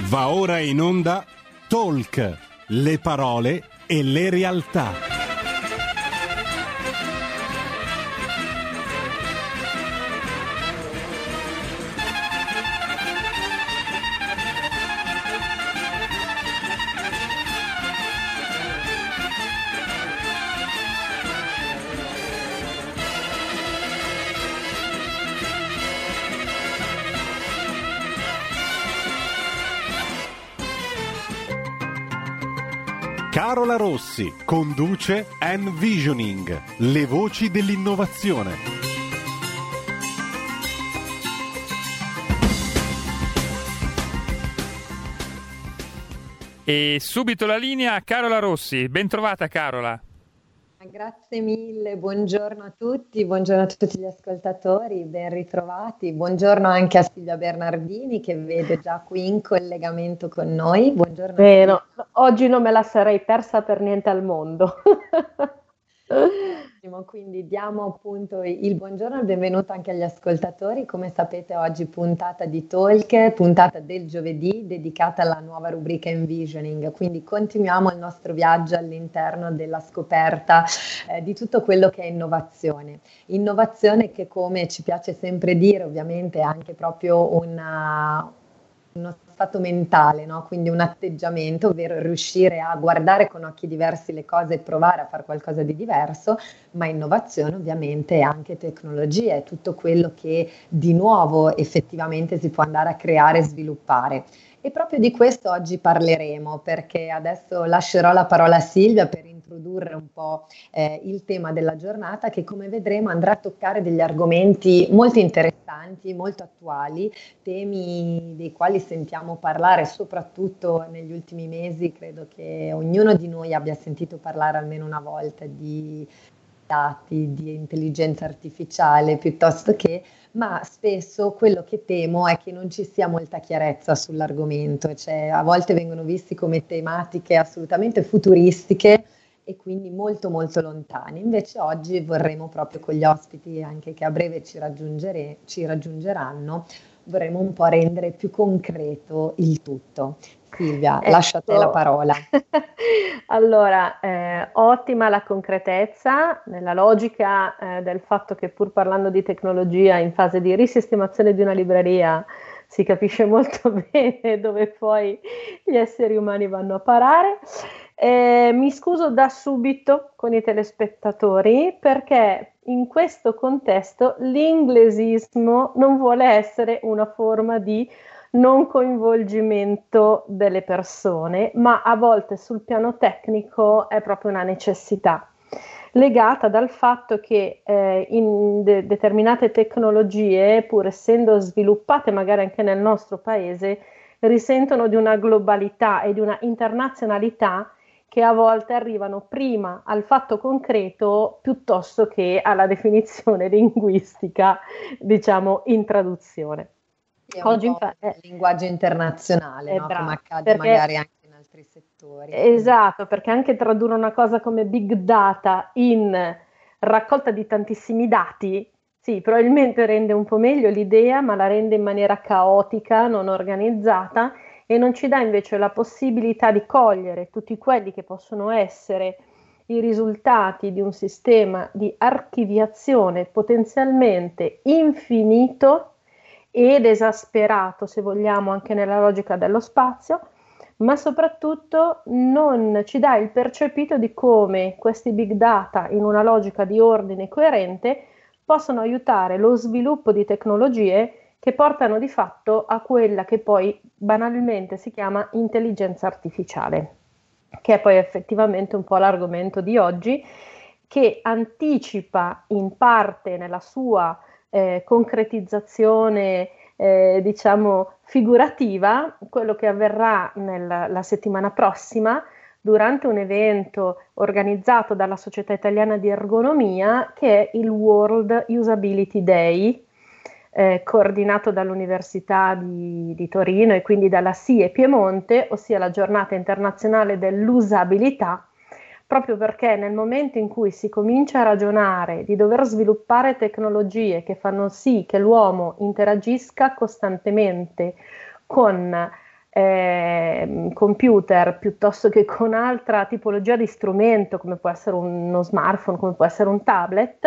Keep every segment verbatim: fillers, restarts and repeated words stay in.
Va ora in onda Talk, le parole e le realtà. Carola Rossi conduce Envisioning, le voci dell'innovazione. E subito la linea a Carola Rossi. Ben trovata, Carola. Grazie mille, buongiorno a tutti, buongiorno a tutti gli ascoltatori, ben ritrovati, buongiorno anche a Silvia Bernardini che vedo già qui in collegamento con noi. Buongiorno. Eh, no, oggi non me la sarei persa per niente al mondo. Quindi diamo appunto il buongiorno e il benvenuto anche agli ascoltatori. Come sapete oggi puntata di Talk, puntata del giovedì dedicata alla nuova rubrica Envisioning, quindi continuiamo il nostro viaggio all'interno della scoperta eh, di tutto quello che è innovazione. Innovazione che, come ci piace sempre dire, ovviamente è anche proprio una... uno stato mentale, no? Quindi un atteggiamento, ovvero riuscire a guardare con occhi diversi le cose e provare a fare qualcosa di diverso, ma innovazione ovviamente è anche tecnologia, è tutto quello che di nuovo effettivamente si può andare a creare e sviluppare. E proprio di questo oggi parleremo, perché adesso lascerò la parola a Silvia per introdurre un po' eh, il tema della giornata, che come vedremo andrà a toccare degli argomenti molto interessanti, molto attuali, temi dei quali sentiamo parlare soprattutto negli ultimi mesi. Credo che ognuno di noi abbia sentito parlare almeno una volta di dati, di intelligenza artificiale piuttosto che, ma spesso quello che temo è che non ci sia molta chiarezza sull'argomento, cioè a volte vengono visti come tematiche assolutamente futuristiche e quindi molto molto lontani. Invece oggi vorremmo, proprio con gli ospiti anche che a breve ci, raggiungere, ci raggiungeranno, vorremmo un po' rendere più concreto il tutto. Silvia, ecco, lascio a te la parola. Allora, eh, ottima la concretezza, nella logica eh, del fatto che, pur parlando di tecnologia in fase di risistemazione di una libreria, si capisce molto bene dove poi gli esseri umani vanno a parare. Eh, mi scuso da subito con i telespettatori perché in questo contesto l'inglesismo non vuole essere una forma di non coinvolgimento delle persone, ma a volte sul piano tecnico è proprio una necessità, legata dal fatto che eh, in de- determinate tecnologie, pur essendo sviluppate magari anche nel nostro paese, risentono di una globalità e di una internazionalità che a volte arrivano prima al fatto concreto piuttosto che alla definizione linguistica, diciamo, in traduzione. È un Oggi po' il linguaggio internazionale, no? Bravo, Come accade perché, magari anche in altri settori. Esatto, perché anche tradurre una cosa come big data in raccolta di tantissimi dati, sì, probabilmente rende un po' meglio l'idea, ma la rende in maniera caotica, non organizzata, e non ci dà invece la possibilità di cogliere tutti quelli che possono essere i risultati di un sistema di archiviazione potenzialmente infinito ed esasperato, se vogliamo, anche nella logica dello spazio, ma soprattutto non ci dà il percepito di come questi big data, in una logica di ordine coerente, possono aiutare lo sviluppo di tecnologie che portano di fatto a quella che poi banalmente si chiama intelligenza artificiale, che è poi effettivamente un po' l'argomento di oggi, che anticipa in parte nella sua eh, concretizzazione eh, diciamo figurativa quello che avverrà nel, la settimana prossima durante un evento organizzato dalla Società Italiana di Ergonomia, che è il World Usability Day, eh, coordinato dall'Università di, di Torino e quindi dalla S I E Piemonte, ossia la giornata internazionale dell'usabilità, proprio perché nel momento in cui si comincia a ragionare di dover sviluppare tecnologie che fanno sì che l'uomo interagisca costantemente con eh, computer piuttosto che con altra tipologia di strumento, come può essere uno smartphone, come può essere un tablet,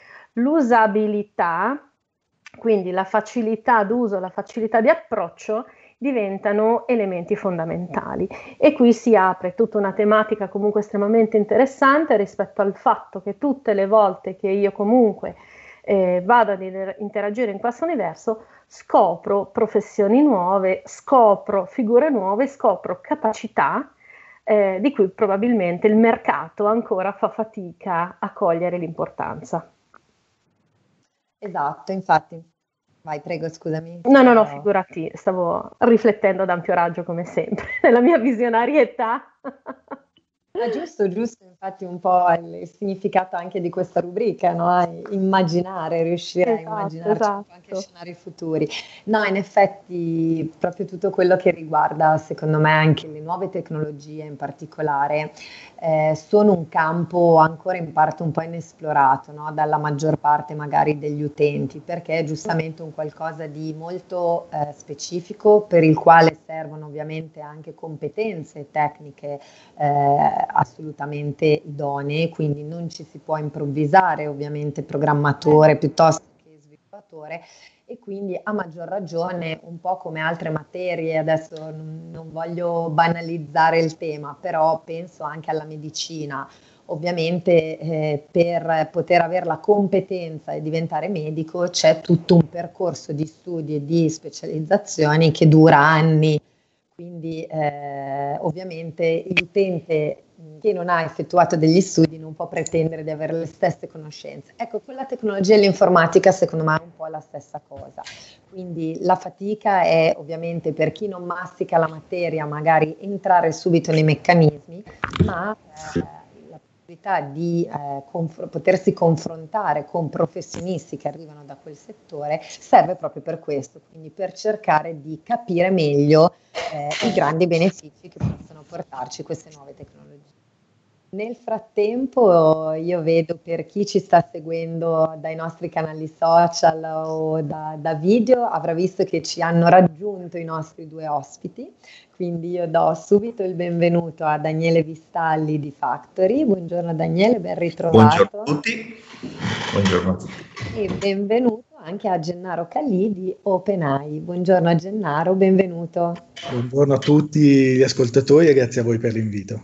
l'usabilità, quindi la facilità d'uso, la facilità di approccio, diventano elementi fondamentali. E qui si apre tutta una tematica comunque estremamente interessante rispetto al fatto che tutte le volte che io comunque eh, vado ad interagire in questo universo, scopro professioni nuove, scopro figure nuove, scopro capacità eh, di cui probabilmente il mercato ancora fa fatica a cogliere l'importanza. Esatto, infatti. Vai, prego, scusami. No, no, no, figurati, stavo riflettendo ad ampio raggio come sempre, nella mia visionarietà. Ah, giusto, giusto, infatti un po' il, il significato anche di questa rubrica, no? Immaginare, riuscire esatto, a immaginarci esatto. un po' anche scenari futuri. No, in effetti proprio tutto quello che riguarda, secondo me, anche le nuove tecnologie in particolare, eh, sono un campo ancora in parte un po' inesplorato, no? Dalla maggior parte magari degli utenti, perché è giustamente un qualcosa di molto eh, specifico, per il quale servono ovviamente anche competenze tecniche eh, assolutamente idonee, quindi non ci si può improvvisare ovviamente programmatore piuttosto che sviluppatore, e quindi a maggior ragione, un po' come altre materie, adesso non, non voglio banalizzare il tema, però penso anche alla medicina. Ovviamente eh, per poter avere la competenza e diventare medico c'è tutto un percorso di studi e di specializzazioni che dura anni. Quindi eh, ovviamente l'utente che non ha effettuato degli studi non può pretendere di avere le stesse conoscenze. Ecco, con la tecnologia e l'informatica secondo me è un po' la stessa cosa. Quindi la fatica è ovviamente per chi non mastica la materia magari entrare subito nei meccanismi, ma eh, la possibilità di eh, conf- potersi confrontare con professionisti che arrivano da quel settore serve proprio per questo, quindi per cercare di capire meglio eh, i grandi benefici che possono portarci queste nuove tecnologie. Nel frattempo io vedo, per chi ci sta seguendo dai nostri canali social o da, da video, avrà visto che ci hanno raggiunto i nostri due ospiti, quindi io do subito il benvenuto a Daniele Vistalli di Factory. Buongiorno Daniele, ben ritrovato. Buongiorno a tutti. Buongiorno a tutti. E benvenuto anche a Gennaro Calì di OpenAI. Buongiorno a Gennaro, benvenuto. Buongiorno a tutti gli ascoltatori e grazie a voi per l'invito.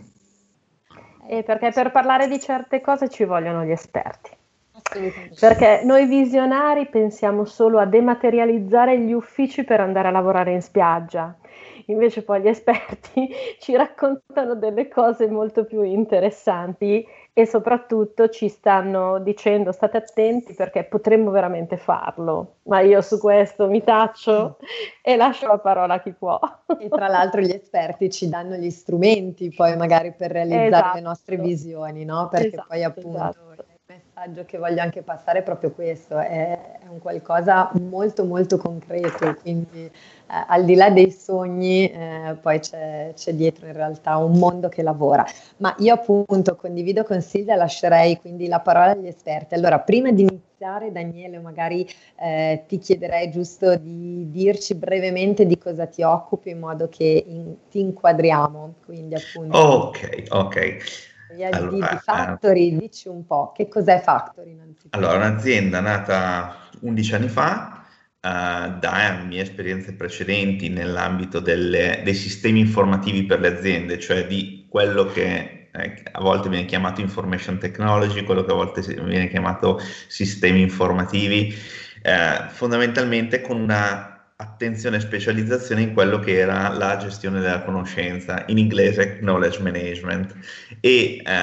E perché per parlare di certe cose ci vogliono gli esperti. Assolutamente. Perché noi visionari pensiamo solo a dematerializzare gli uffici per andare a lavorare in spiaggia. Invece poi gli esperti ci raccontano delle cose molto più interessanti e soprattutto ci stanno dicendo state attenti perché potremmo veramente farlo. Ma io su questo mi taccio e lascio la parola a chi può. E tra l'altro gli esperti ci danno gli strumenti poi magari per realizzare Esatto. le nostre visioni, no? Perché Esatto, poi appunto esatto. il messaggio che voglio anche passare è proprio questo, è, è un qualcosa molto molto concreto, quindi eh, al di là dei sogni eh, poi c'è, c'è dietro in realtà un mondo che lavora. Ma io appunto condivido con Silvia, lascerei quindi la parola agli esperti. Allora, prima di iniziare, Daniele, magari eh, ti chiederei giusto di dirci brevemente di cosa ti occupi in modo che in, ti inquadriamo, quindi appunto. Ok, ok. Di, Allora, di Factory, dici un po', che cos'è Factory innanzitutto? Allora, un'azienda nata undici anni fa, uh, da mie esperienze precedenti nell'ambito delle, dei sistemi informativi per le aziende, cioè di quello che eh, a volte viene chiamato information technology, quello che a volte viene chiamato sistemi informativi, eh, fondamentalmente con una attenzione e specializzazione in quello che era la gestione della conoscenza, in inglese knowledge management, e eh,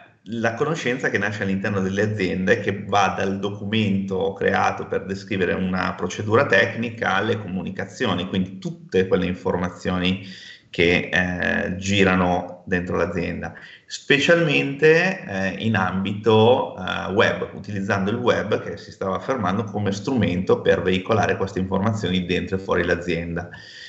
la conoscenza che nasce all'interno delle aziende, che va dal documento creato per descrivere una procedura tecnica alle comunicazioni, quindi tutte quelle informazioni che eh, girano dentro l'azienda, specialmente eh, in ambito eh, web, utilizzando il web che si stava affermando come strumento per veicolare queste informazioni dentro e fuori l'azienda.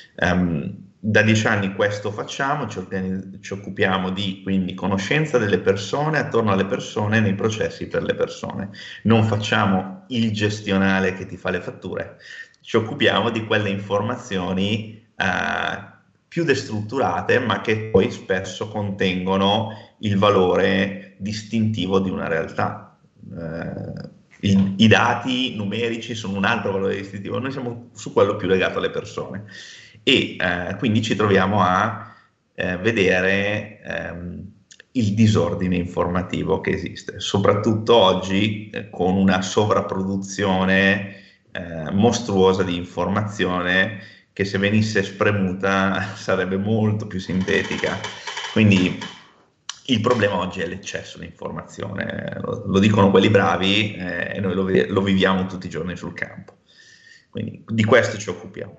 Um, da dieci anni questo facciamo, ci, ci occupiamo di quindi conoscenza delle persone, attorno alle persone, nei processi per le persone. Non facciamo il gestionale che ti fa le fatture, ci occupiamo di quelle informazioni uh, più destrutturate, ma che poi spesso contengono il valore distintivo di una realtà. Eh, i, I dati numerici sono un altro valore distintivo, noi siamo su quello più legato alle persone e eh, quindi ci troviamo a eh, vedere ehm, il disordine informativo che esiste, soprattutto oggi eh, con una sovrapproduzione eh, mostruosa di informazione che se venisse spremuta sarebbe molto più sintetica. Quindi il problema oggi è l'eccesso di informazione, lo, lo dicono quelli bravi eh, e noi lo, lo viviamo tutti i giorni sul campo. Quindi di questo ci occupiamo.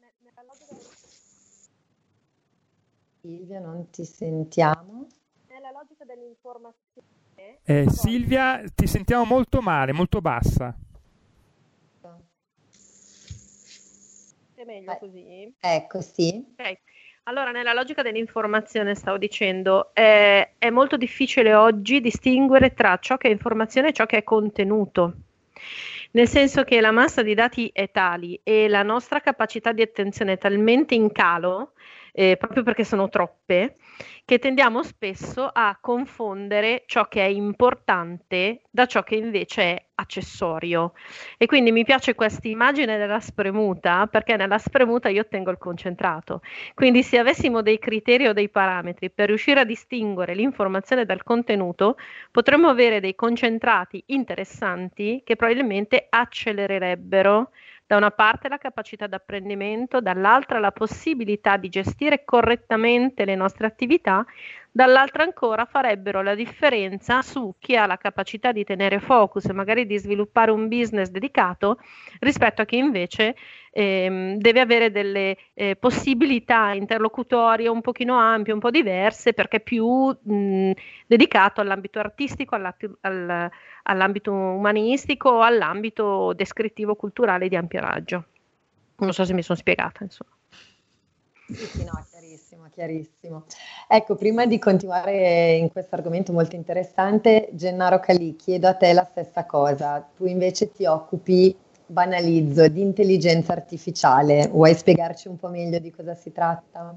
Silvia, non ti sentiamo. Nella logica dell'informazione... Eh, Silvia, ti sentiamo molto male, molto bassa. È meglio così? Ecco, sì. Ok. Allora, nella logica dell'informazione, stavo dicendo, eh, è molto difficile oggi distinguere tra ciò che è informazione e ciò che è contenuto. Nel senso che la massa di dati è tali e la nostra capacità di attenzione è talmente in calo, eh, proprio perché sono troppe, che tendiamo spesso a confondere ciò che è importante da ciò che invece è accessorio. E quindi mi piace questa immagine della spremuta, perché nella spremuta io ottengo il concentrato. Quindi se avessimo dei criteri o dei parametri per riuscire a distinguere l'informazione dal contenuto, potremmo avere dei concentrati interessanti che probabilmente accelererebbero da una parte la capacità d'apprendimento, dall'altra la possibilità di gestire correttamente le nostre attività, dall'altra ancora farebbero la differenza su chi ha la capacità di tenere focus e magari di sviluppare un business dedicato rispetto a chi invece ehm, deve avere delle eh, possibilità interlocutorie un pochino ampie, un po' diverse, perché è più mh, dedicato all'ambito artistico, alla, al, all'ambito umanistico o all'ambito descrittivo culturale di ampio raggio. Non so se mi sono spiegata, insomma. Sì, sì, no, chiarissimo, chiarissimo. Ecco, prima di continuare in questo argomento molto interessante, Gennaro Calì, chiedo a te la stessa cosa. Tu invece ti occupi, banalizzo, di intelligenza artificiale. Vuoi spiegarci un po' meglio di cosa si tratta?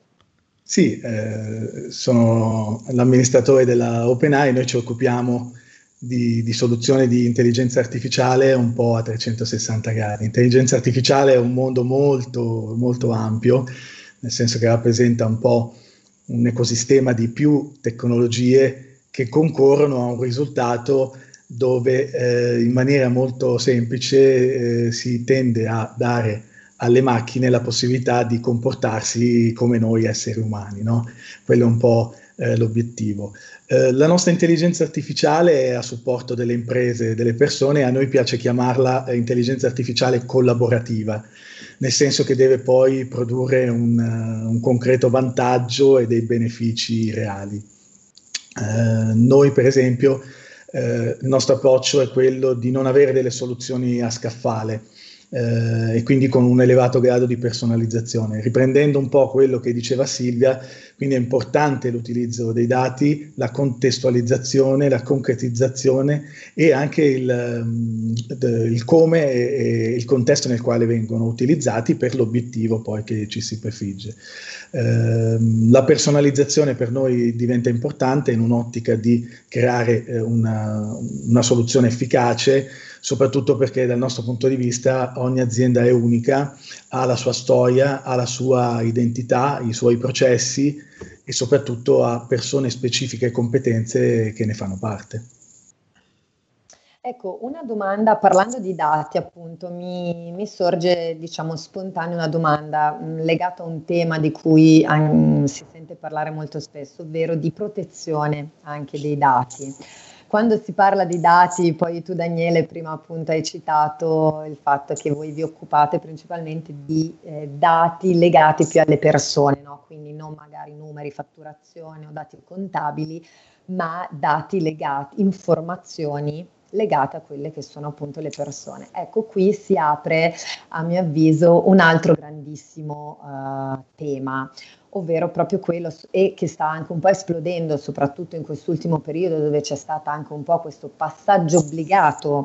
Sì, eh, sono l'amministratore della OpenAI, noi ci occupiamo di, di soluzione di intelligenza artificiale un po' a trecentosessanta gradi. L'intelligenza artificiale è un mondo molto, molto ampio, nel senso che rappresenta un po' un ecosistema di più tecnologie che concorrono a un risultato dove eh, in maniera molto semplice eh, si tende a dare alle macchine la possibilità di comportarsi come noi esseri umani, no? Quello è un po' eh, l'obiettivo. Eh, la nostra intelligenza artificiale è a supporto delle imprese e delle persone, a noi piace chiamarla eh, intelligenza artificiale collaborativa, nel senso che deve poi produrre un, uh, un concreto vantaggio e dei benefici reali. Eh, noi per esempio, eh, il nostro approccio è quello di non avere delle soluzioni a scaffale, eh, e quindi con un elevato grado di personalizzazione. Riprendendo un po' quello che diceva Silvia, quindi è importante l'utilizzo dei dati, la contestualizzazione, la concretizzazione e anche il, il come e, e il contesto nel quale vengono utilizzati per l'obiettivo poi che ci si prefigge. Eh, la personalizzazione per noi diventa importante in un'ottica di creare eh, una, una soluzione efficace, soprattutto perché dal nostro punto di vista ogni azienda è unica, ha la sua storia, ha la sua identità, i suoi processi e soprattutto ha persone specifiche e competenze che ne fanno parte. Ecco, una domanda, parlando di dati appunto, mi, mi sorge diciamo spontanea una domanda mh, legata a un tema di cui um, si sente parlare molto spesso, ovvero di protezione anche dei dati. Quando si parla di dati, poi tu Daniele prima appunto hai citato il fatto che voi vi occupate principalmente di eh, dati legati più alle persone, no? Quindi non magari numeri, fatturazione o dati contabili, ma dati legati, informazioni legate a quelle che sono appunto le persone. Ecco, qui si apre a mio avviso un altro grandissimo uh, tema, ovvero proprio quello e che sta anche un po' esplodendo, soprattutto in quest'ultimo periodo dove c'è stato anche un po' questo passaggio obbligato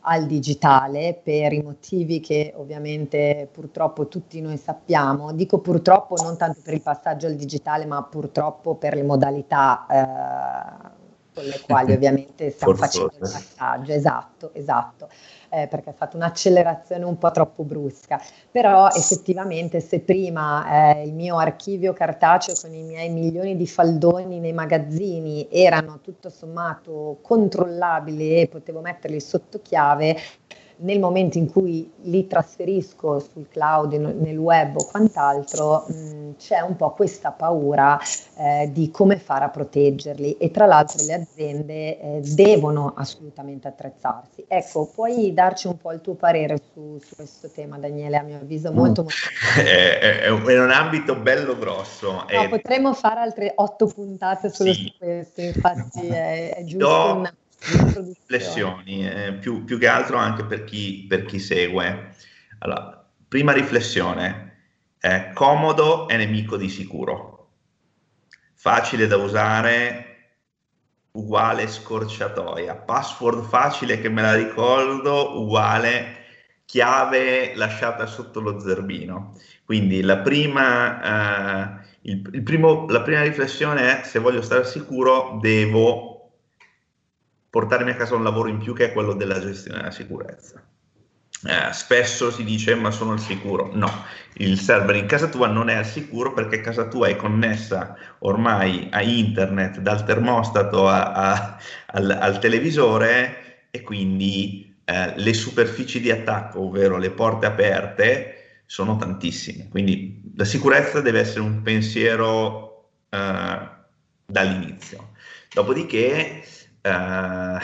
al digitale per i motivi che ovviamente purtroppo tutti noi sappiamo. Dico purtroppo non tanto per il passaggio al digitale, ma purtroppo per le modalità eh, con le quali ovviamente stiamo facendo il passaggio. Esatto, esatto. Eh, perché è stata un'accelerazione un po' troppo brusca, però effettivamente se prima eh, il mio archivio cartaceo con i miei milioni di faldoni nei magazzini erano tutto sommato controllabili e potevo metterli sotto chiave, nel momento in cui li trasferisco sul cloud, nel web o quant'altro, mh, c'è un po' questa paura eh, di come fare a proteggerli, e tra l'altro le aziende eh, devono assolutamente attrezzarsi. Ecco, puoi darci un po' il tuo parere su, su questo tema, Daniele? A mio avviso molto molto è, è, è un ambito bello grosso. No, è... potremmo fare altre otto puntate solo sì. su questo, infatti è, è giusto Do... una riflessioni, eh, più, più che altro anche per chi, per chi segue. Allora, prima riflessione, eh, comodo è nemico di sicuro, facile da usare uguale scorciatoia, password facile che me la ricordo uguale chiave lasciata sotto lo zerbino. Quindi la prima, eh, il, il primo, la prima riflessione è: se voglio stare sicuro devo portarmi a casa un lavoro in più, che è quello della gestione della sicurezza. Eh, spesso si dice ma sono al sicuro. No, il server in casa tua non è al sicuro, perché casa tua è connessa ormai a internet, dal termostato a, a, al, al televisore, e quindi eh, le superfici di attacco, ovvero le porte aperte, sono tantissime. Quindi la sicurezza deve essere un pensiero eh, dall'inizio. Dopodiché Uh,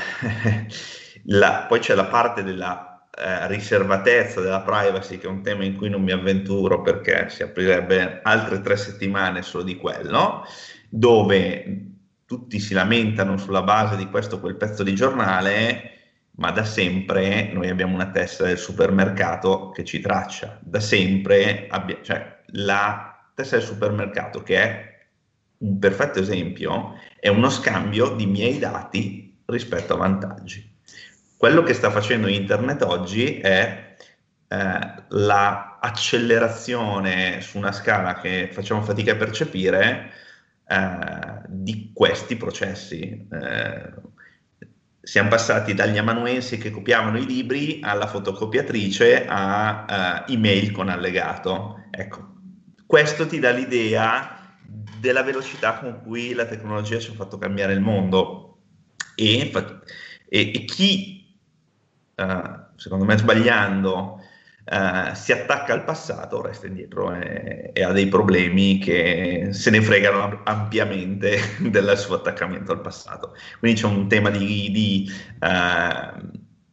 la, poi c'è la parte della uh, riservatezza, della privacy, che è un tema in cui non mi avventuro, perché si aprirebbe altre tre settimane solo di quello, dove tutti si lamentano sulla base di questo o quel pezzo di giornale, ma da sempre noi abbiamo una tessera del supermercato che ci traccia. Da sempre abbia, cioè, la tessera del supermercato, che è un perfetto esempio, è uno scambio di miei dati rispetto a vantaggi. Quello che sta facendo internet oggi è eh, la accelerazione su una scala che facciamo fatica a percepire eh, di questi processi. Eh, siamo passati dagli amanuensi che copiavano i libri alla fotocopiatrice a uh, email con allegato. Ecco, questo ti dà l'idea della velocità con cui la tecnologia ci ha fatto cambiare il mondo, e, e, e chi, uh, secondo me sbagliando, uh, si attacca al passato resta indietro e, e ha dei problemi che se ne fregano ampiamente del suo attaccamento al passato. Quindi c'è un tema di, di uh,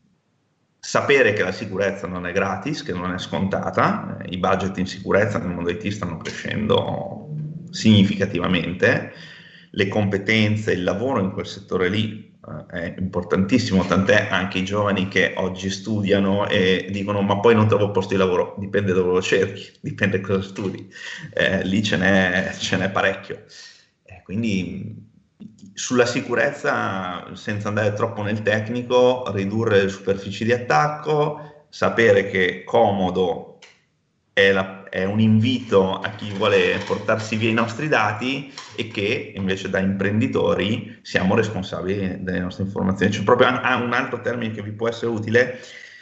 sapere che la sicurezza non è gratis, che non è scontata. I budget in sicurezza nel mondo I T stanno crescendo significativamente, le competenze, il lavoro in quel settore lì eh, è importantissimo, tant'è anche i giovani che oggi studiano e dicono ma poi non trovo posto di lavoro. Dipende dove lo cerchi, dipende cosa studi, eh, lì ce n'è, ce n'è parecchio. Eh, quindi sulla sicurezza, senza andare troppo nel tecnico, ridurre le superfici di attacco, sapere che comodo è la è un invito a chi vuole portarsi via i nostri dati, e che invece da imprenditori siamo responsabili delle nostre informazioni. C'è proprio un altro termine che vi può essere utile,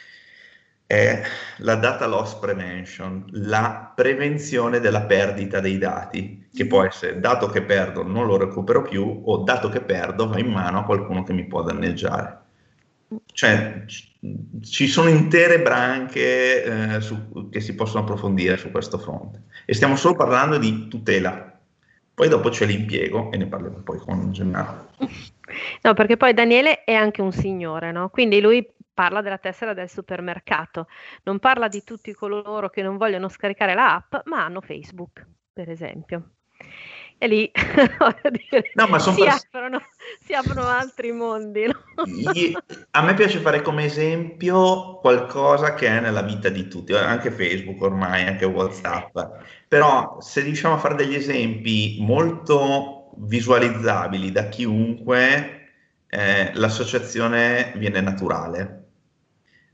è la data loss prevention, la prevenzione della perdita dei dati, che può essere: dato che perdo non lo recupero più, o dato che perdo va in mano a qualcuno che mi può danneggiare. Cioè ci sono intere branche eh, su, che si possono approfondire su questo fronte, e stiamo solo parlando di tutela. Poi dopo c'è l'impiego, e ne parliamo poi con Gennaro. No, perché poi Daniele è anche un signore, no? Quindi lui parla della tessera del supermercato, non parla di tutti coloro che non vogliono scaricare la app ma hanno Facebook, per esempio. E lì voglio dire, no, ma son si, pers- aprono, si aprono altri mondi. No? A me piace fare come esempio qualcosa che è nella vita di tutti, anche Facebook ormai, anche WhatsApp. Però se riusciamo a fare degli esempi molto visualizzabili da chiunque, eh, l'associazione viene naturale.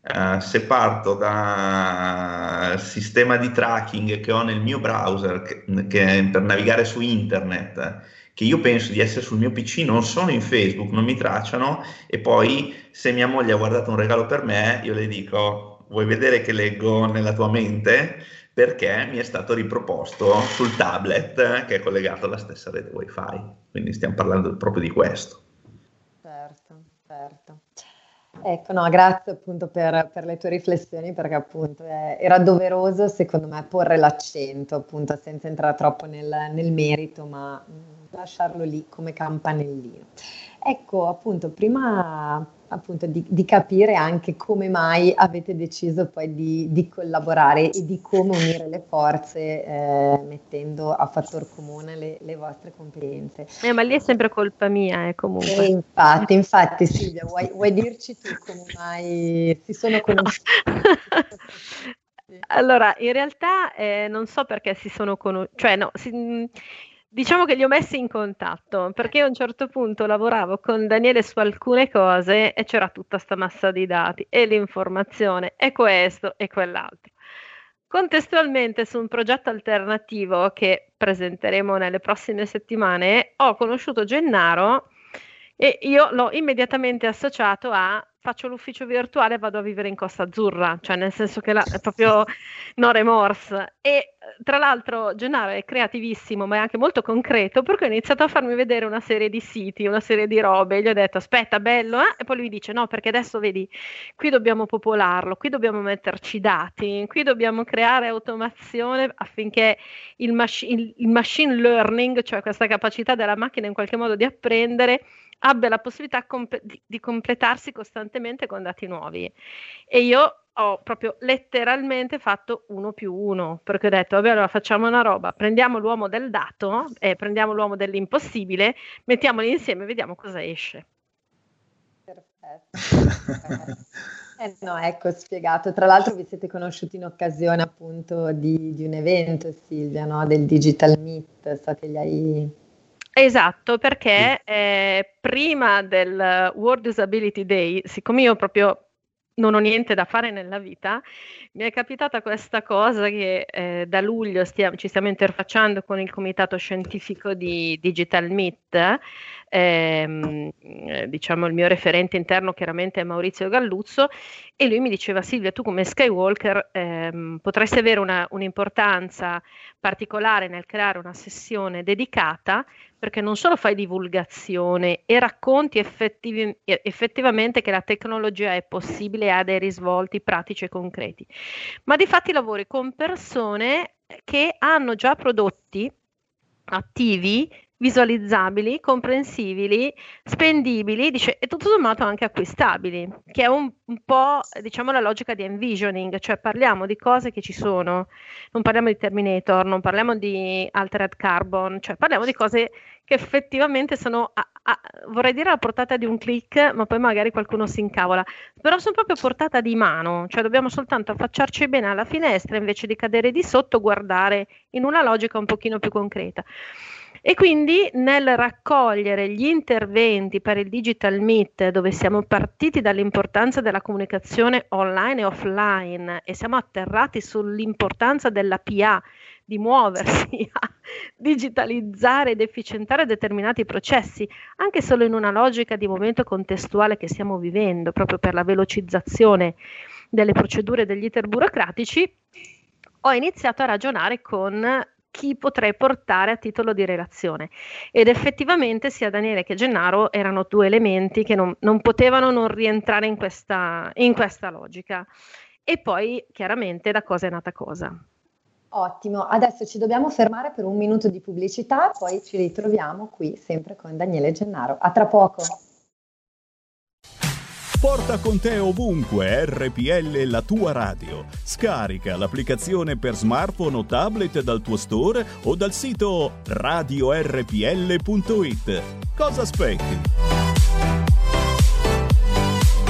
Uh, se parto dal sistema di tracking che ho nel mio browser che, che per navigare su internet, che io penso di essere sul mio P C, non sono in Facebook, non mi tracciano, e poi se mia moglie ha guardato un regalo per me, io le dico: vuoi vedere che leggo nella tua mente? Perché mi è stato riproposto sul tablet che è collegato alla stessa rete wifi, quindi stiamo parlando proprio di questo. Certo, certo. Ecco, no, grazie appunto per, per le tue riflessioni, perché appunto eh, era doveroso secondo me porre l'accento, appunto senza entrare troppo nel, nel merito, ma mh, lasciarlo lì come campanellino. Ecco, appunto, prima appunto di, di capire anche come mai avete deciso poi di, di collaborare e di come unire le forze eh, mettendo a fattor comune le, le vostre competenze. Eh, ma lì è sempre colpa mia, eh, comunque. E infatti, infatti Silvia, vuoi, vuoi dirci tu come mai si sono conosciuti? Allora, in realtà eh, non so perché si sono conosciuti, cioè no, si, diciamo che li ho messi in contatto, perché a un certo punto lavoravo con Daniele su alcune cose e c'era tutta sta massa di dati e l'informazione e questo e quell'altro. Contestualmente su un progetto alternativo che presenteremo nelle prossime settimane ho conosciuto Gennaro e io l'ho immediatamente associato a faccio l'ufficio virtuale e vado a vivere in Costa Azzurra, cioè nel senso che là è proprio no remorse. E tra l'altro Gennaro è creativissimo ma è anche molto concreto, perché ho iniziato a farmi vedere una serie di siti, una serie di robe, e gli ho detto aspetta bello, eh? E poi lui dice no, perché adesso vedi, qui dobbiamo popolarlo, qui dobbiamo metterci dati, qui dobbiamo creare automazione affinché il, machi- il, il machine learning, cioè questa capacità della macchina in qualche modo di apprendere, abbia la possibilità comp- di, di completarsi costantemente con dati nuovi. E io ho proprio letteralmente fatto uno più uno, perché ho detto vabbè, allora facciamo una roba, prendiamo l'uomo del dato e eh, prendiamo l'uomo dell'impossibile, mettiamoli insieme e vediamo cosa esce. Perfetto. Eh no, ecco, spiegato. Tra l'altro vi siete conosciuti in occasione appunto di, di un evento, Silvia, no? Del Digital Meet, so che gli hai... Esatto, perché eh, prima del World Usability Day, siccome io proprio non ho niente da fare nella vita, mi è capitata questa cosa che eh, da luglio stiamo, ci stiamo interfacciando con il comitato scientifico di Digital Meet, ehm, diciamo il mio referente interno chiaramente è Maurizio Galluzzo, e lui mi diceva Silvia, tu come Skywalker ehm, potresti avere una, un'importanza particolare nel creare una sessione dedicata, perché non solo fai divulgazione e racconti effettivi, effettivamente che la tecnologia è possibile e ha dei risvolti pratici e concreti, ma di fatti lavori con persone che hanno già prodotti attivi, visualizzabili, comprensibili, spendibili, dice, e tutto sommato anche acquistabili, che è un, un po' diciamo la logica di envisioning, cioè parliamo di cose che ci sono, non parliamo di Terminator, non parliamo di Altered Carbon, cioè parliamo di cose che effettivamente sono, a, a, vorrei dire alla portata di un click, ma poi magari qualcuno si incavola, però sono proprio a portata di mano, cioè dobbiamo soltanto affacciarci bene alla finestra invece di cadere di sotto, guardare in una logica un pochino più concreta. E quindi nel raccogliere gli interventi per il Digital Meet, dove siamo partiti dall'importanza della comunicazione online e offline e siamo atterrati sull'importanza della P A, di muoversi a digitalizzare ed efficientare determinati processi, anche solo in una logica di momento contestuale che stiamo vivendo, proprio per la velocizzazione delle procedure e degli iter burocratici, ho iniziato a ragionare con chi potrei portare a titolo di relazione, ed effettivamente sia Daniele che Gennaro erano due elementi che non, non potevano non rientrare in questa, in questa logica, e poi chiaramente da cosa è nata cosa. Ottimo, adesso ci dobbiamo fermare per un minuto di pubblicità, poi ci ritroviamo qui sempre con Daniele e Gennaro. A tra poco. Porta con te ovunque R P L, la tua radio. Scarica l'applicazione per smartphone o tablet dal tuo store o dal sito radio R P L punto it. Cosa aspetti?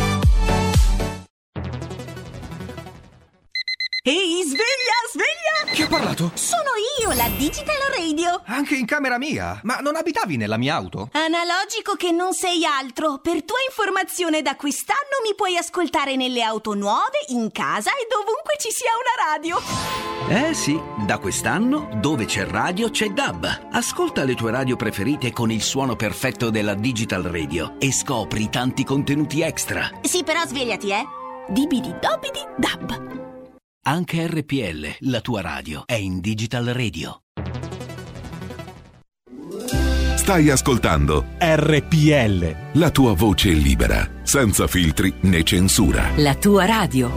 Ehi, sveglia, sveglia! Chi ha parlato? Sono io, la Digital Radio. Anche in camera mia? Ma non abitavi nella mia auto? Analogico che non sei altro. Per tua informazione, da quest'anno mi puoi ascoltare nelle auto nuove, in casa e dovunque ci sia una radio. Eh sì, da quest'anno dove c'è radio c'è D A B. Ascolta le tue radio preferite con il suono perfetto della Digital Radio e scopri tanti contenuti extra. Sì, però svegliati, eh. Dibidi dobidi D A B. Anche R P L, la tua radio, è in Digital Radio. Stai ascoltando R P L, la tua voce libera, senza filtri né censura. La tua radio.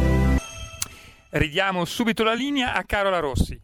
Ridiamo subito la linea a Carola Rossi.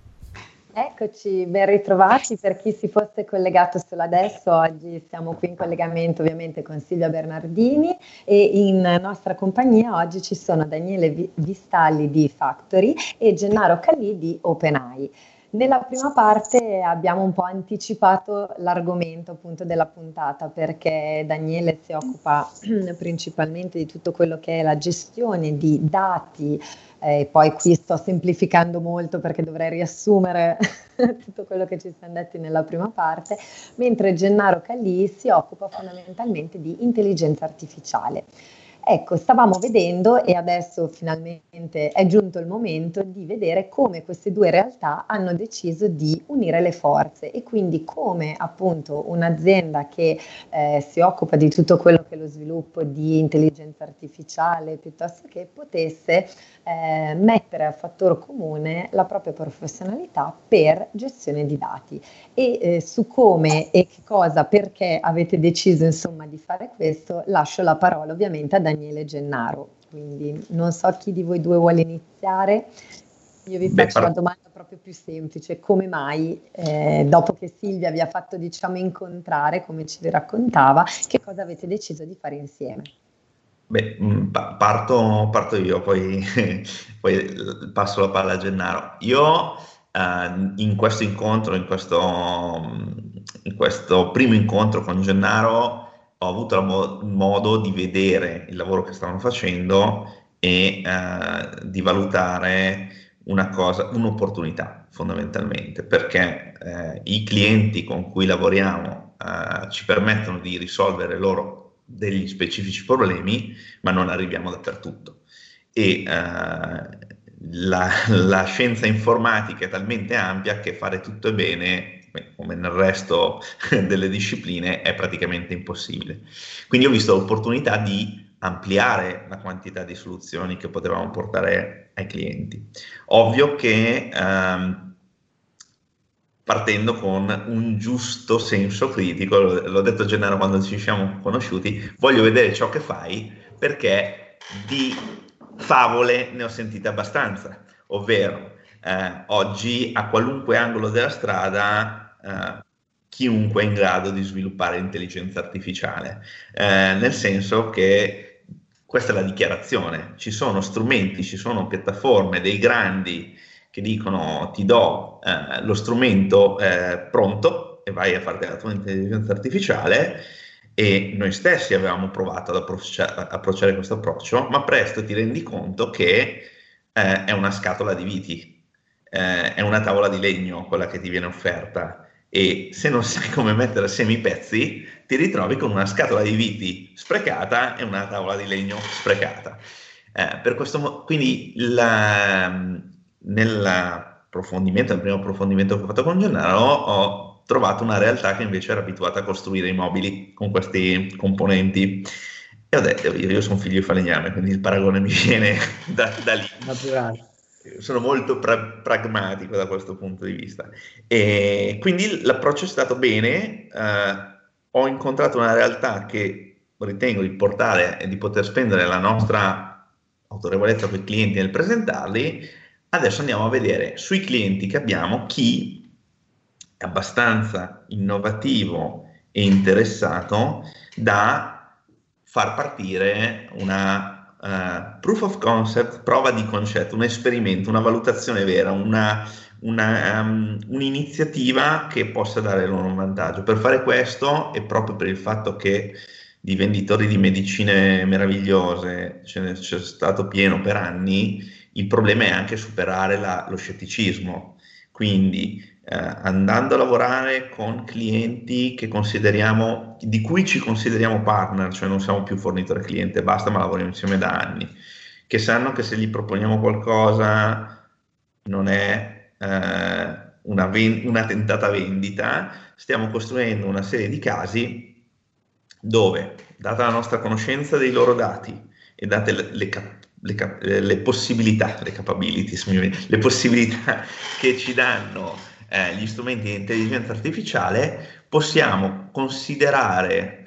Eccoci, ben ritrovati. Per chi si fosse collegato solo adesso, oggi siamo qui in collegamento ovviamente con Silvia Bernardini e in nostra compagnia oggi ci sono Daniele Vistalli di Factory e Gennaro Callì di OpenAI. Nella prima parte abbiamo un po' anticipato l'argomento appunto della puntata, perché Daniele si occupa principalmente di tutto quello che è la gestione di dati. E poi qui sto semplificando molto perché dovrei riassumere tutto quello che ci siamo detti nella prima parte, mentre Gennaro Callì si occupa fondamentalmente di intelligenza artificiale. Ecco, stavamo vedendo e adesso finalmente è giunto il momento di vedere come queste due realtà hanno deciso di unire le forze e quindi come appunto un'azienda che eh, si occupa di tutto quello che è lo sviluppo di intelligenza artificiale piuttosto che potesse eh, mettere a fattor comune la propria professionalità per gestione di dati e eh, su come e che cosa, perché avete deciso insomma di fare questo, lascio la parola ovviamente a Daniele Daniele Gennaro, quindi non so chi di voi due vuole iniziare. Io vi Beh, faccio par- la domanda proprio più semplice: come mai eh, dopo che Silvia vi ha fatto diciamo incontrare, come ci raccontava, che cosa avete deciso di fare insieme? Beh, parto, parto io, poi, poi passo la palla a Gennaro. Io eh, in questo incontro, in questo, in questo primo incontro con Gennaro, ho avuto mo- modo di vedere il lavoro che stavano facendo e eh, di valutare una cosa, un'opportunità fondamentalmente, perché eh, i clienti con cui lavoriamo eh, ci permettono di risolvere loro degli specifici problemi, ma non arriviamo dappertutto. E eh, la, la scienza informatica è talmente ampia che fare tutto bene, come nel resto delle discipline, è praticamente impossibile. Quindi ho visto l'opportunità di ampliare la quantità di soluzioni che potevamo portare ai clienti. Ovvio che ehm, partendo con un giusto senso critico, l'ho detto a Gennaro quando ci siamo conosciuti, voglio vedere ciò che fai, perché di favole ne ho sentite abbastanza, ovvero eh, oggi a qualunque angolo della strada Uh, chiunque è in grado di sviluppare intelligenza artificiale, uh, nel senso che questa è la dichiarazione, ci sono strumenti, ci sono piattaforme, dei grandi che dicono ti do uh, lo strumento uh, pronto e vai a farti la tua intelligenza artificiale, e noi stessi avevamo provato ad approcciare, approcciare questo approccio, ma presto ti rendi conto che uh, è una scatola di viti, uh, è una tavola di legno quella che ti viene offerta. E se non sai come mettere assieme i pezzi, ti ritrovi con una scatola di viti sprecata e una tavola di legno sprecata. Eh, per questo mo- quindi la, nell'approfondimento, nel primo approfondimento che ho fatto con Gennaro, ho trovato una realtà che invece era abituata a costruire i mobili con questi componenti. E ho detto, io, io sono figlio di falegname, quindi il paragone mi viene da, da lì. Naturale. Sono molto pra- pragmatico da questo punto di vista, e quindi l'approccio è stato bene. Eh, ho incontrato una realtà che ritengo di portare e di poter spendere la nostra autorevolezza con i clienti nel presentarli. Adesso andiamo a vedere sui clienti che abbiamo chi è abbastanza innovativo e interessato da far partire una Uh, proof of concept, prova di concetto, un esperimento, una valutazione vera, una, una, um, un'iniziativa che possa dare loro un vantaggio. Per fare questo, e proprio per il fatto che di venditori di medicine meravigliose ce n'è, c'è stato pieno per anni, il problema è anche superare la, lo scetticismo, quindi eh, andando a lavorare con clienti che consideriamo, di cui ci consideriamo partner, cioè non siamo più fornitore cliente, basta, ma lavoriamo insieme da anni, che sanno che se gli proponiamo qualcosa non è eh, una, ven- una tentata vendita, stiamo costruendo una serie di casi dove, data la nostra conoscenza dei loro dati e date le, le, cap- le, cap- le possibilità, le capabilities, le possibilità che ci danno eh, gli strumenti di intelligenza artificiale, possiamo considerare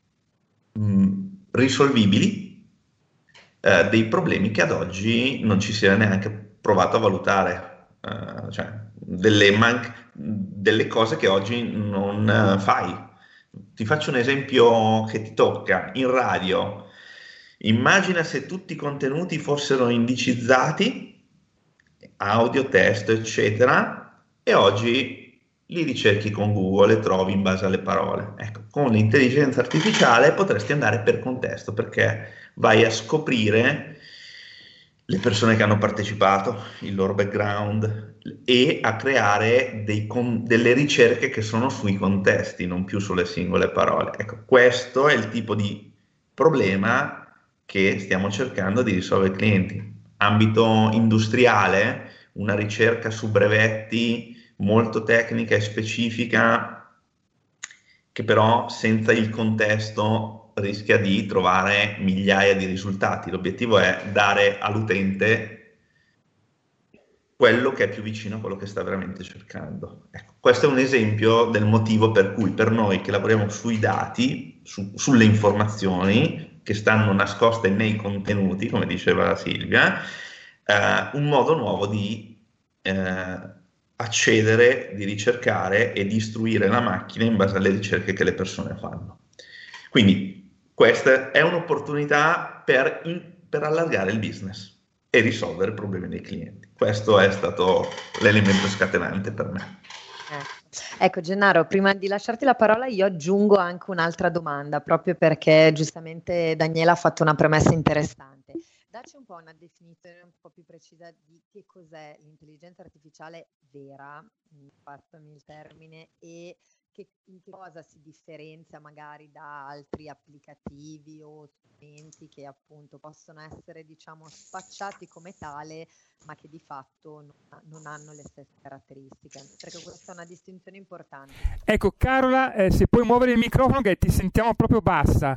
mh, risolvibili eh, dei problemi che ad oggi non ci si era neanche provato a valutare, uh, cioè delle, man- delle cose che oggi non uh, fai. Ti faccio un esempio che ti tocca. In radio, immagina se tutti i contenuti fossero indicizzati, audio, testo, eccetera, e oggi li ricerchi con Google e trovi in base alle parole. Ecco, con l'intelligenza artificiale potresti andare per contesto, perché vai a scoprire le persone che hanno partecipato, il loro background, e a creare dei con- delle ricerche che sono sui contesti, non più sulle singole parole. Ecco, questo è il tipo di problema che stiamo cercando di risolvere ai clienti. Ambito industriale, una ricerca su brevetti molto tecnica e specifica, che però senza il contesto rischia di trovare migliaia di risultati. L'obiettivo è dare all'utente quello che è più vicino a quello che sta veramente cercando. Ecco, questo è un esempio del motivo per cui per noi che lavoriamo sui dati, su, sulle informazioni che stanno nascoste nei contenuti, come diceva Silvia, eh, un modo nuovo di eh, accedere, di ricercare e di istruire la macchina in base alle ricerche che le persone fanno. Quindi questa è un'opportunità per, in, per allargare il business e risolvere i problemi dei clienti. Questo è stato l'elemento scatenante per me. Eh. Ecco Gennaro, prima di lasciarti la parola io aggiungo anche un'altra domanda, proprio perché giustamente Daniela ha fatto una premessa interessante. Dacci un po' una definizione un po' più precisa di che cos'è l'intelligenza artificiale vera, passami il termine, e che, in che cosa si differenzia magari da altri applicativi o strumenti che appunto possono essere, diciamo, spacciati come tale, ma che di fatto non, non hanno le stesse caratteristiche, perché questa è una distinzione importante. Ecco Carola, eh, se puoi muovere il microfono che ti sentiamo proprio bassa.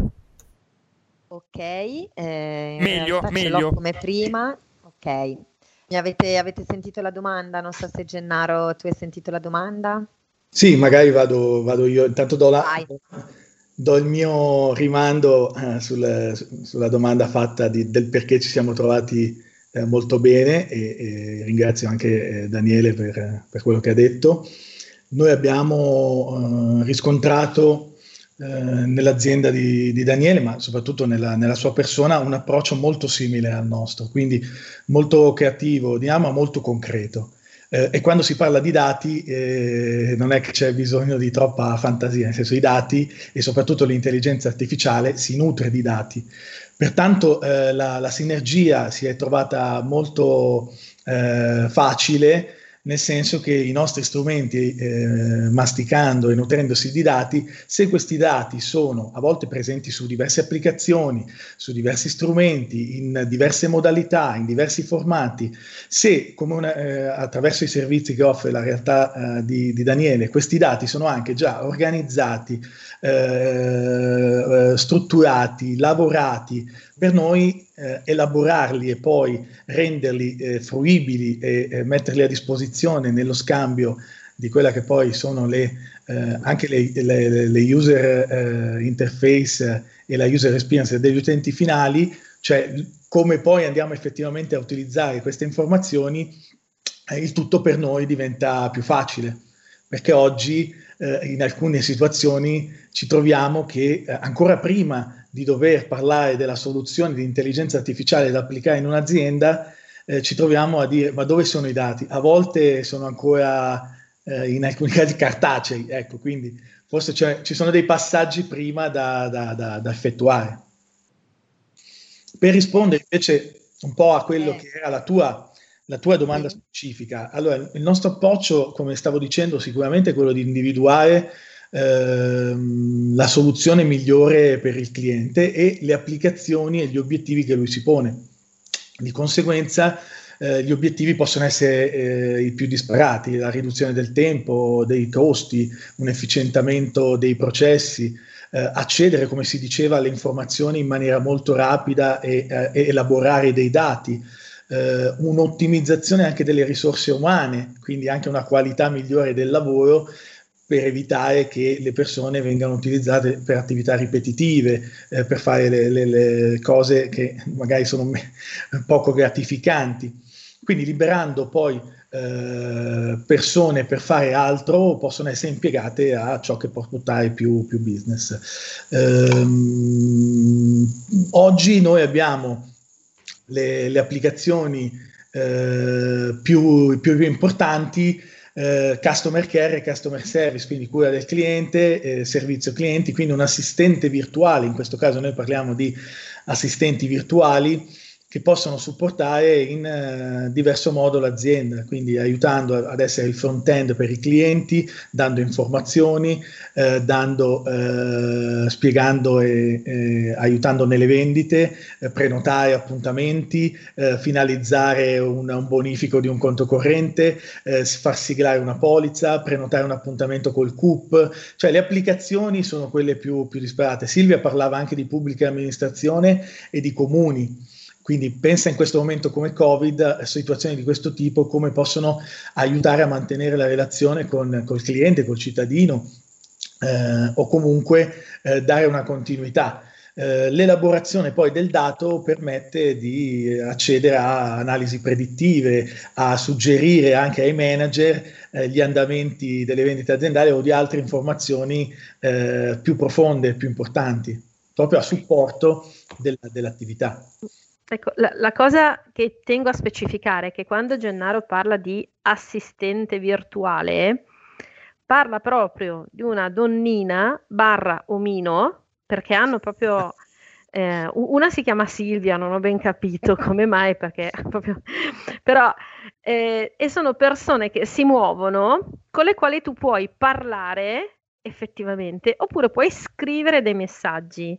Ok, eh, meglio, meglio. Come prima, ok. Mi avete, avete sentito la domanda? Non so se Gennaro tu hai sentito la domanda? Sì, magari vado, vado io, intanto do, la, do il mio rimando eh, sul, sulla domanda fatta di, del perché ci siamo trovati eh, molto bene e, e ringrazio anche eh, Daniele per, per quello che ha detto. Noi abbiamo eh, riscontrato eh, nell'azienda di, di Daniele, ma soprattutto nella, nella sua persona, un approccio molto simile al nostro, quindi molto creativo, ma molto concreto. Eh, e quando si parla di dati eh, non è che c'è bisogno di troppa fantasia, nel senso i dati e soprattutto l'intelligenza artificiale si nutre di dati. Pertanto eh, la, la sinergia si è trovata molto eh, facile, nel senso che i nostri strumenti, eh, masticando e nutrendosi di dati, se questi dati sono a volte presenti su diverse applicazioni, su diversi strumenti, in diverse modalità, in diversi formati, se come una, eh, attraverso i servizi che offre la realtà eh, di, di Daniele, questi dati sono anche già organizzati, eh, strutturati, lavorati, per noi eh, elaborarli e poi renderli eh, fruibili e eh, metterli a disposizione nello scambio di quella che poi sono le, eh, anche le, le, le user eh, interface e la user experience degli utenti finali, cioè come poi andiamo effettivamente a utilizzare queste informazioni, eh, il tutto per noi diventa più facile, perché oggi eh, in alcune situazioni ci troviamo che eh, ancora prima di dover parlare della soluzione di intelligenza artificiale da applicare in un'azienda, eh, ci troviamo a dire ma dove sono i dati? A volte sono ancora eh, in alcuni casi cartacei, ecco, quindi forse ci sono dei passaggi prima da, da, da, da effettuare. Per rispondere invece un po' a quello Eh. che era la tua, la tua domanda Sì. specifica. Allora, il nostro approccio, come stavo dicendo, sicuramente è quello di individuare ehm, la soluzione migliore per il cliente e le applicazioni e gli obiettivi che lui si pone. Di conseguenza, eh, gli obiettivi possono essere eh, i più disparati: la riduzione del tempo, dei costi, un efficientamento dei processi, eh, accedere, come si diceva, alle informazioni in maniera molto rapida e, eh, e elaborare dei dati, eh, un'ottimizzazione anche delle risorse umane, quindi anche una qualità migliore del lavoro, per evitare che le persone vengano utilizzate per attività ripetitive, eh, per fare le, le, le cose che magari sono me- poco gratificanti. Quindi liberando poi eh, persone per fare altro, possono essere impiegate a ciò che può portare più, più business. Ehm, oggi noi abbiamo le, le applicazioni eh, più, più importanti, eh, customer care e customer service, quindi cura del cliente, eh, servizio clienti, quindi un assistente virtuale. In questo caso noi parliamo di assistenti virtuali che possono supportare in uh, diverso modo l'azienda, quindi aiutando ad essere il front-end per i clienti, dando informazioni, eh, dando, eh, spiegando e eh, aiutando nelle vendite, eh, prenotare appuntamenti, eh, finalizzare un, un bonifico di un conto corrente, eh, far siglare una polizza, prenotare un appuntamento col C U P, cioè le applicazioni sono quelle più, più disparate. Silvia parlava anche di pubblica amministrazione e di comuni. Quindi pensa in questo momento come Covid, a situazioni di questo tipo, come possono aiutare a mantenere la relazione con col cliente, col cittadino, eh, o comunque eh, dare una continuità. Eh, l'elaborazione poi del dato permette di accedere a analisi predittive, a suggerire anche ai manager eh, gli andamenti delle vendite aziendali o di altre informazioni eh, più profonde, più importanti, proprio a supporto del, dell'attività. Ecco, la, la cosa che tengo a specificare è che quando Gennaro parla di assistente virtuale, parla proprio di una donnina barra omino, perché hanno proprio, eh, una si chiama Silvia, non ho ben capito come mai, perché proprio, però, eh, e sono persone che si muovono, con le quali tu puoi parlare effettivamente, oppure puoi scrivere dei messaggi.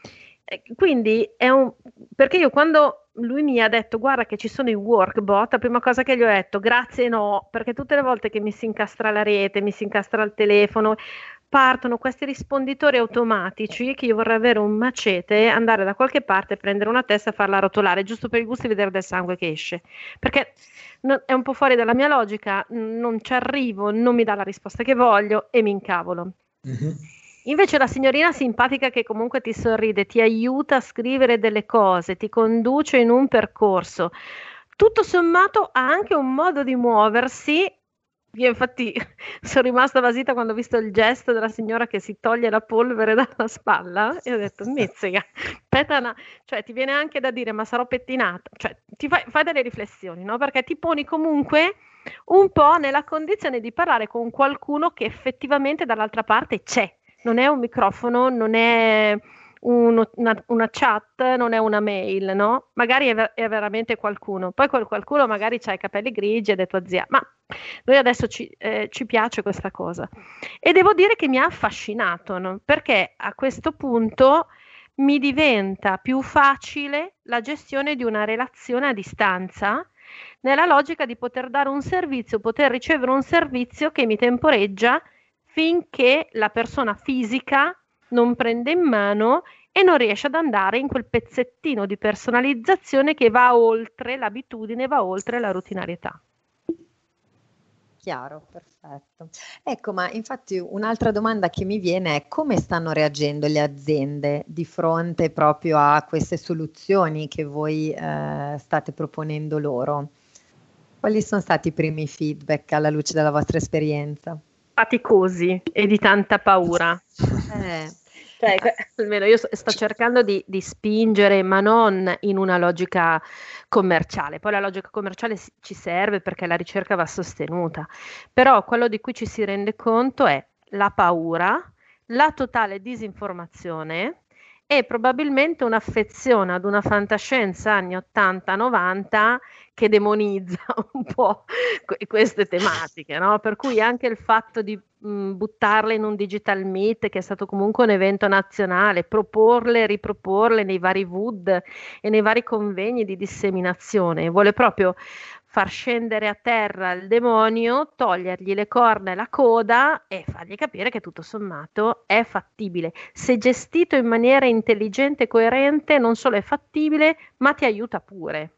Quindi è un, perché io quando lui mi ha detto guarda che ci sono i workbot, la prima cosa che gli ho detto grazie no, perché tutte le volte che mi si incastra la rete, mi si incastra il telefono, partono questi risponditori automatici che io vorrei avere un macete, andare da qualche parte, prendere una testa e farla rotolare giusto per il gusto di vedere del sangue che esce, perché no, è un po' fuori dalla mia logica, non ci arrivo, non mi dà la risposta che voglio e mi incavolo. Mm-hmm. Invece la signorina simpatica che comunque ti sorride, ti aiuta a scrivere delle cose, ti conduce in un percorso, tutto sommato ha anche un modo di muoversi. Io infatti sono rimasta basita quando ho visto il gesto della signora che si toglie la polvere dalla spalla e ho detto mizzica, petana, cioè ti viene anche da dire ma sarò pettinata, cioè ti fai, fai delle riflessioni, no? Perché ti poni comunque un po' nella condizione di parlare con qualcuno che effettivamente dall'altra parte c'è. Non è un microfono, non è uno, una, una chat, non è una mail, no? Magari è, ver- è veramente qualcuno. Poi quel qualcuno magari ha i capelli grigi ed è tua zia. Ma noi adesso ci, eh, ci piace questa cosa. E devo dire che mi ha affascinato, no? Perché a questo punto mi diventa più facile la gestione di una relazione a distanza, nella logica di poter dare un servizio, poter ricevere un servizio che mi temporeggia finché la persona fisica non prende in mano e non riesce ad andare in quel pezzettino di personalizzazione che va oltre l'abitudine, va oltre la routinarietà. Chiaro, perfetto. Ecco, ma infatti un'altra domanda che mi viene è come stanno reagendo le aziende di fronte proprio a queste soluzioni che voi eh, state proponendo loro? Quali sono stati i primi feedback alla luce della vostra esperienza? Faticosi e di tanta paura. Eh. Cioè, almeno io sto cercando di, di spingere, ma non in una logica commerciale. Poi la logica commerciale ci serve perché la ricerca va sostenuta. Però quello di cui ci si rende conto è la paura, la totale disinformazione e probabilmente un'affezione ad una fantascienza anni ottanta novanta che demonizza un po' queste tematiche, no? Per cui anche il fatto di mh, buttarle in un digital meet, che è stato comunque un evento nazionale, proporle, riproporle nei vari V U D e nei vari convegni di disseminazione, vuole proprio far scendere a terra il demonio, togliergli le corna e la coda e fargli capire che tutto sommato è fattibile. Se gestito in maniera intelligente e coerente, non solo è fattibile, ma ti aiuta pure.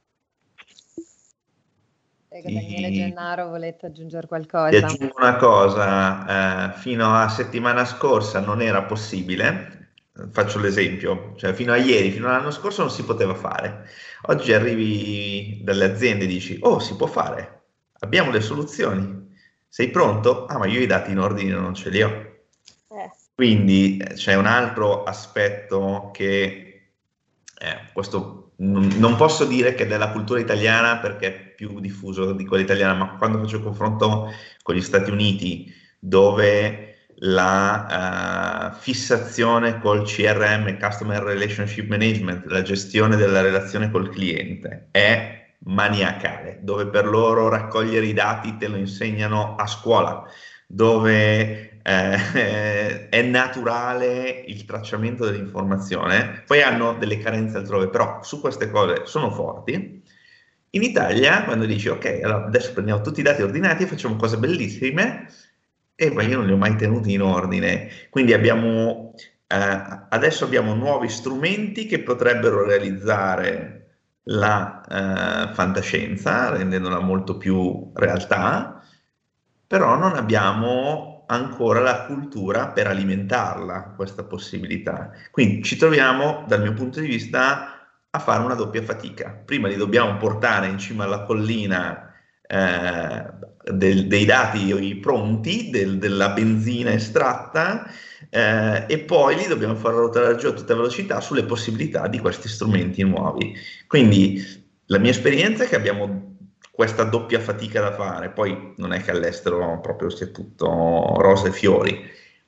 Prego, Daniele Gennaro, volete aggiungere qualcosa? Ti aggiungo una cosa, eh, fino a settimana scorsa non era possibile. Faccio l'esempio, cioè fino a ieri, fino all'anno scorso non si poteva fare. Oggi arrivi dalle aziende e dici, oh, si può fare, abbiamo le soluzioni, sei pronto? Ah, ma io i dati in ordine non ce li ho. Eh. Quindi eh, c'è un altro aspetto che, eh, questo non, non posso dire che è della cultura italiana perché è più diffuso di quella italiana, ma quando faccio il confronto con gli Stati Uniti, dove la uh, fissazione col C R M, Customer Relationship Management, la gestione della relazione col cliente, è maniacale, dove per loro raccogliere i dati te lo insegnano a scuola, dove eh, è naturale il tracciamento dell'informazione, poi hanno delle carenze altrove, però su queste cose sono forti. In Italia, quando dici ok, allora adesso prendiamo tutti i dati ordinati e facciamo cose bellissime, e poi io non li ho mai tenuti in ordine, quindi abbiamo, eh, adesso abbiamo nuovi strumenti che potrebbero realizzare la eh, fantascienza, rendendola molto più realtà, però non abbiamo ancora la cultura per alimentarla, questa possibilità. Quindi ci troviamo, dal mio punto di vista, a fare una doppia fatica. Prima li dobbiamo portare in cima alla collina Eh, del, dei dati pronti, del, della benzina estratta, eh, e poi li dobbiamo far ruotare giù a tutta velocità sulle possibilità di questi strumenti nuovi. Quindi la mia esperienza è che abbiamo questa doppia fatica da fare, poi non è che all'estero proprio sia tutto rose e fiori,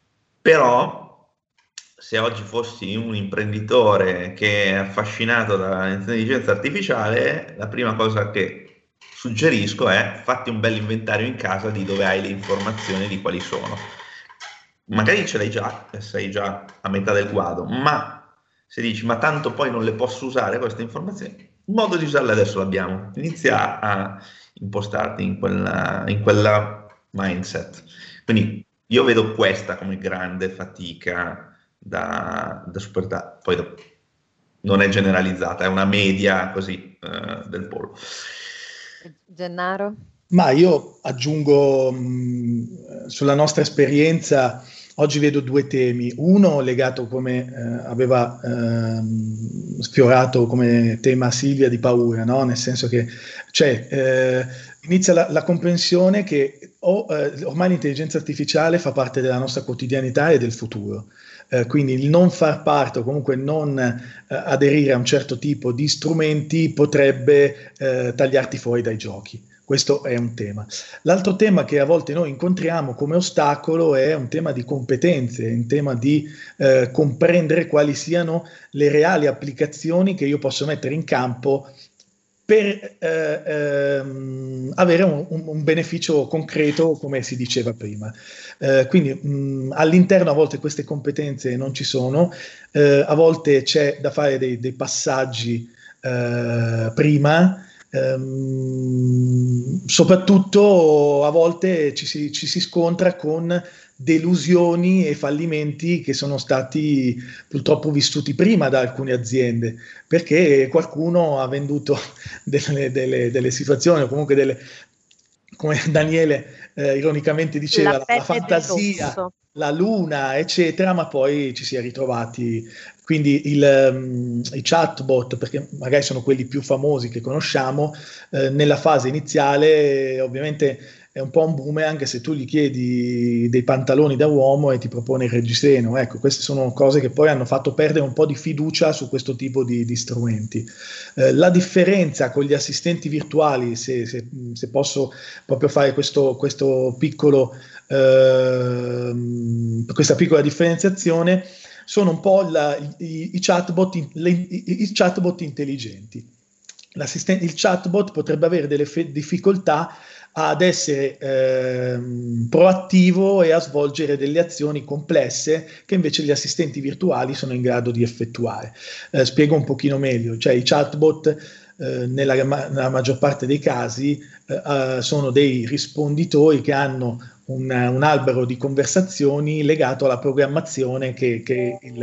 però se oggi fossi un imprenditore che è affascinato dall'intelligenza artificiale, la prima cosa che suggerisco è fatti un bel inventario in casa di dove hai le informazioni, di quali sono. Magari ce l'hai già, sei già a metà del guado, ma se dici ma tanto poi non le posso usare queste informazioni, il modo di usarle adesso l'abbiamo. Inizia a impostarti in quella, in quella mindset. Quindi io vedo questa come grande fatica da, da superare. Poi non è generalizzata, è una media così uh, del pollo. Gennaro? Ma io aggiungo mh, sulla nostra esperienza, oggi vedo due temi. Uno legato, come eh, aveva eh, sfiorato come tema Silvia, di paura, no? Nel senso che cioè, eh, inizia la, la comprensione che oh, eh, ormai l'intelligenza artificiale fa parte della nostra quotidianità e del futuro. Eh, quindi il non far parte o comunque non eh, aderire a un certo tipo di strumenti potrebbe eh, tagliarti fuori dai giochi. Questo è un tema. L'altro tema che a volte noi incontriamo come ostacolo è un tema di competenze, un tema di eh, comprendere quali siano le reali applicazioni che io posso mettere in campo per eh, ehm, avere un, un, un beneficio concreto, come si diceva prima. Eh, quindi mh, all'interno a volte queste competenze non ci sono, eh, a volte c'è da fare dei, dei passaggi eh, prima, ehm, soprattutto a volte ci si, ci si scontra con delusioni e fallimenti che sono stati purtroppo vissuti prima da alcune aziende, perché qualcuno ha venduto delle, delle, delle situazioni o comunque delle, come Daniele eh, ironicamente diceva, la, la fantasia, la luna, eccetera, ma poi ci si è ritrovati. Quindi il, um, i chatbot, perché magari sono quelli più famosi che conosciamo, eh, nella fase iniziale ovviamente è un po' un boomerang se tu gli chiedi dei pantaloni da uomo e ti propone il reggiseno. Ecco, queste sono cose che poi hanno fatto perdere un po' di fiducia su questo tipo di, di strumenti. Eh, la differenza con gli assistenti virtuali, se, se, se posso proprio fare questo, questo piccolo, eh, questa piccola differenziazione, sono un po' la, i, i, chatbot, le, i, i chatbot intelligenti. Il chatbot potrebbe avere delle fe- difficoltà ad essere eh, proattivo e a svolgere delle azioni complesse che invece gli assistenti virtuali sono in grado di effettuare. Eh, spiego un pochino meglio, cioè i chatbot eh, nella, nella maggior parte dei casi eh, sono dei risponditori che hanno Un, un albero di conversazioni legato alla programmazione che, che il,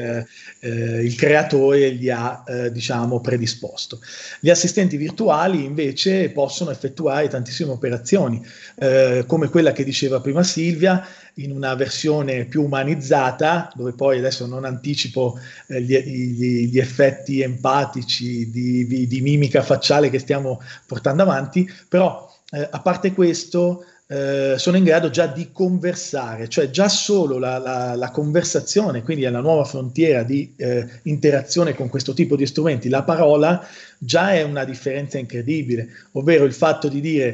eh, il creatore gli ha eh, diciamo predisposto. Gli assistenti virtuali invece possono effettuare tantissime operazioni, eh, come quella che diceva prima Silvia, in una versione più umanizzata, dove poi adesso non anticipo eh, gli, gli, gli effetti empatici di, di, di mimica facciale che stiamo portando avanti, però eh, a parte questo Eh, sono in grado già di conversare, cioè già solo la, la, la conversazione, quindi è la nuova frontiera di eh, interazione con questo tipo di strumenti, la parola già è una differenza incredibile, ovvero il fatto di dire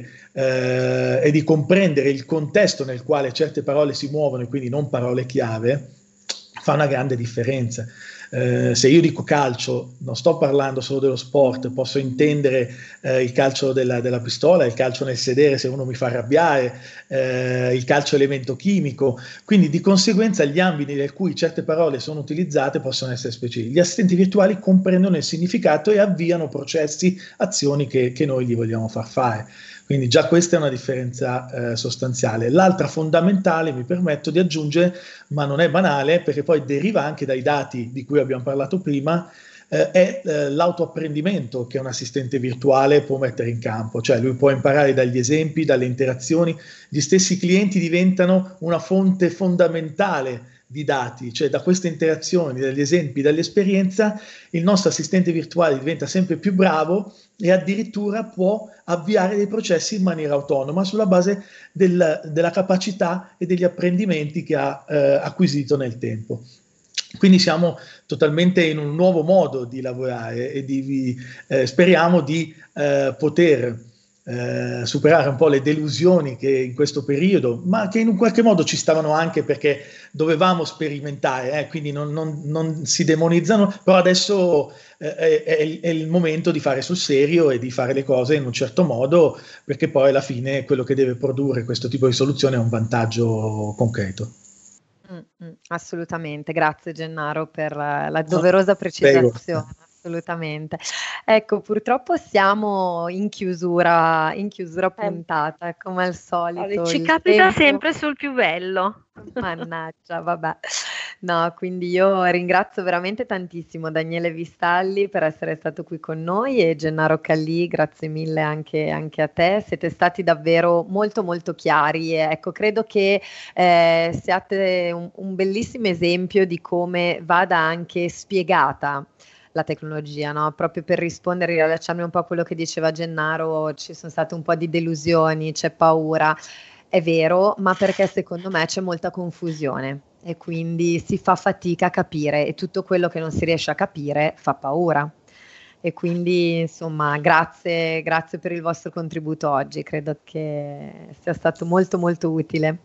eh, e di comprendere il contesto nel quale certe parole si muovono e quindi non parole chiave, fa una grande differenza. Eh, se io dico calcio, non sto parlando solo dello sport, posso intendere eh, il calcio della, della pistola, il calcio nel sedere se uno mi fa arrabbiare, eh, il calcio elemento chimico, quindi di conseguenza gli ambiti nel cui certe parole sono utilizzate possono essere specifici. Gli assistenti virtuali comprendono il significato e avviano processi, azioni che, che noi gli vogliamo far fare. Quindi già questa è una differenza eh, sostanziale. L'altra fondamentale, mi permetto di aggiungere, ma non è banale, perché poi deriva anche dai dati di cui abbiamo parlato prima, eh, è eh, l'autoapprendimento che un assistente virtuale può mettere in campo. Cioè lui può imparare dagli esempi, dalle interazioni. Gli stessi clienti diventano una fonte fondamentale di dati, cioè da queste interazioni, dagli esempi, dall'esperienza, il nostro assistente virtuale diventa sempre più bravo e addirittura può avviare dei processi in maniera autonoma sulla base del, della capacità e degli apprendimenti che ha eh, acquisito nel tempo. Quindi siamo totalmente in un nuovo modo di lavorare e di, eh, speriamo di eh, poter Eh, superare un po' le delusioni che in questo periodo, ma che in un qualche modo ci stavano anche perché dovevamo sperimentare, eh, quindi non, non, non si demonizzano, però adesso eh, è, è, è il momento di fare sul serio e di fare le cose in un certo modo, perché poi alla fine quello che deve produrre questo tipo di soluzione è un vantaggio concreto. Mm, mm, assolutamente, grazie Gennaro per la doverosa precisazione. Prego. Assolutamente. Ecco, purtroppo siamo in chiusura, in chiusura puntata, come al solito. Ci il capita tempo... sempre sul più bello. Mannaggia, vabbè. No, quindi io ringrazio veramente tantissimo Daniele Vistalli per essere stato qui con noi e Gennaro Callì, grazie mille anche, anche a te. Siete stati davvero molto molto chiari e ecco, credo che eh, siate un, un bellissimo esempio di come vada anche spiegata la tecnologia, no? Proprio per rispondere, riallacciarmi un po' a quello che diceva Gennaro, ci sono state un po' di delusioni, c'è paura, è vero, ma perché secondo me c'è molta confusione e quindi si fa fatica a capire e tutto quello che non si riesce a capire fa paura. E quindi insomma grazie, grazie per il vostro contributo oggi, credo che sia stato molto molto utile.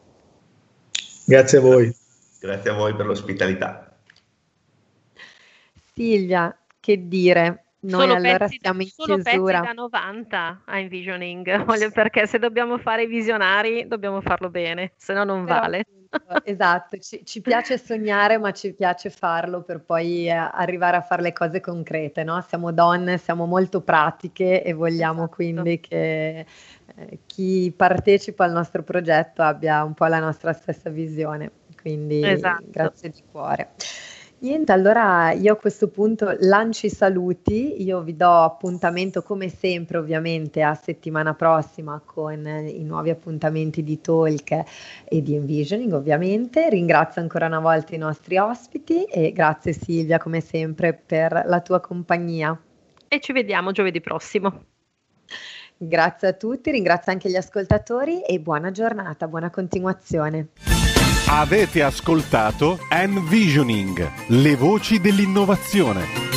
Grazie a voi. Grazie a voi per l'ospitalità. Silvia, che dire? Noi Solo allora pezzi, siamo in solo chiusura. pezzi da novanta a Envisioning, perché se dobbiamo fare i visionari dobbiamo farlo bene, se no non Però, vale. appunto, esatto, ci, ci piace sognare, ma ci piace farlo per poi eh, arrivare a fare le cose concrete, no? Siamo donne, siamo molto pratiche e vogliamo Esatto. quindi che eh, chi partecipa al nostro progetto abbia un po' la nostra stessa visione. Quindi Esatto. grazie di cuore. Niente, allora io a questo punto lancio i saluti, io vi do appuntamento come sempre ovviamente a settimana prossima con i nuovi appuntamenti di Talk e di Envisioning ovviamente, ringrazio ancora una volta i nostri ospiti e grazie Silvia come sempre per la tua compagnia. E ci vediamo giovedì prossimo. Grazie a tutti, ringrazio anche gli ascoltatori e buona giornata, buona continuazione. Avete ascoltato Envisioning, le voci dell'innovazione.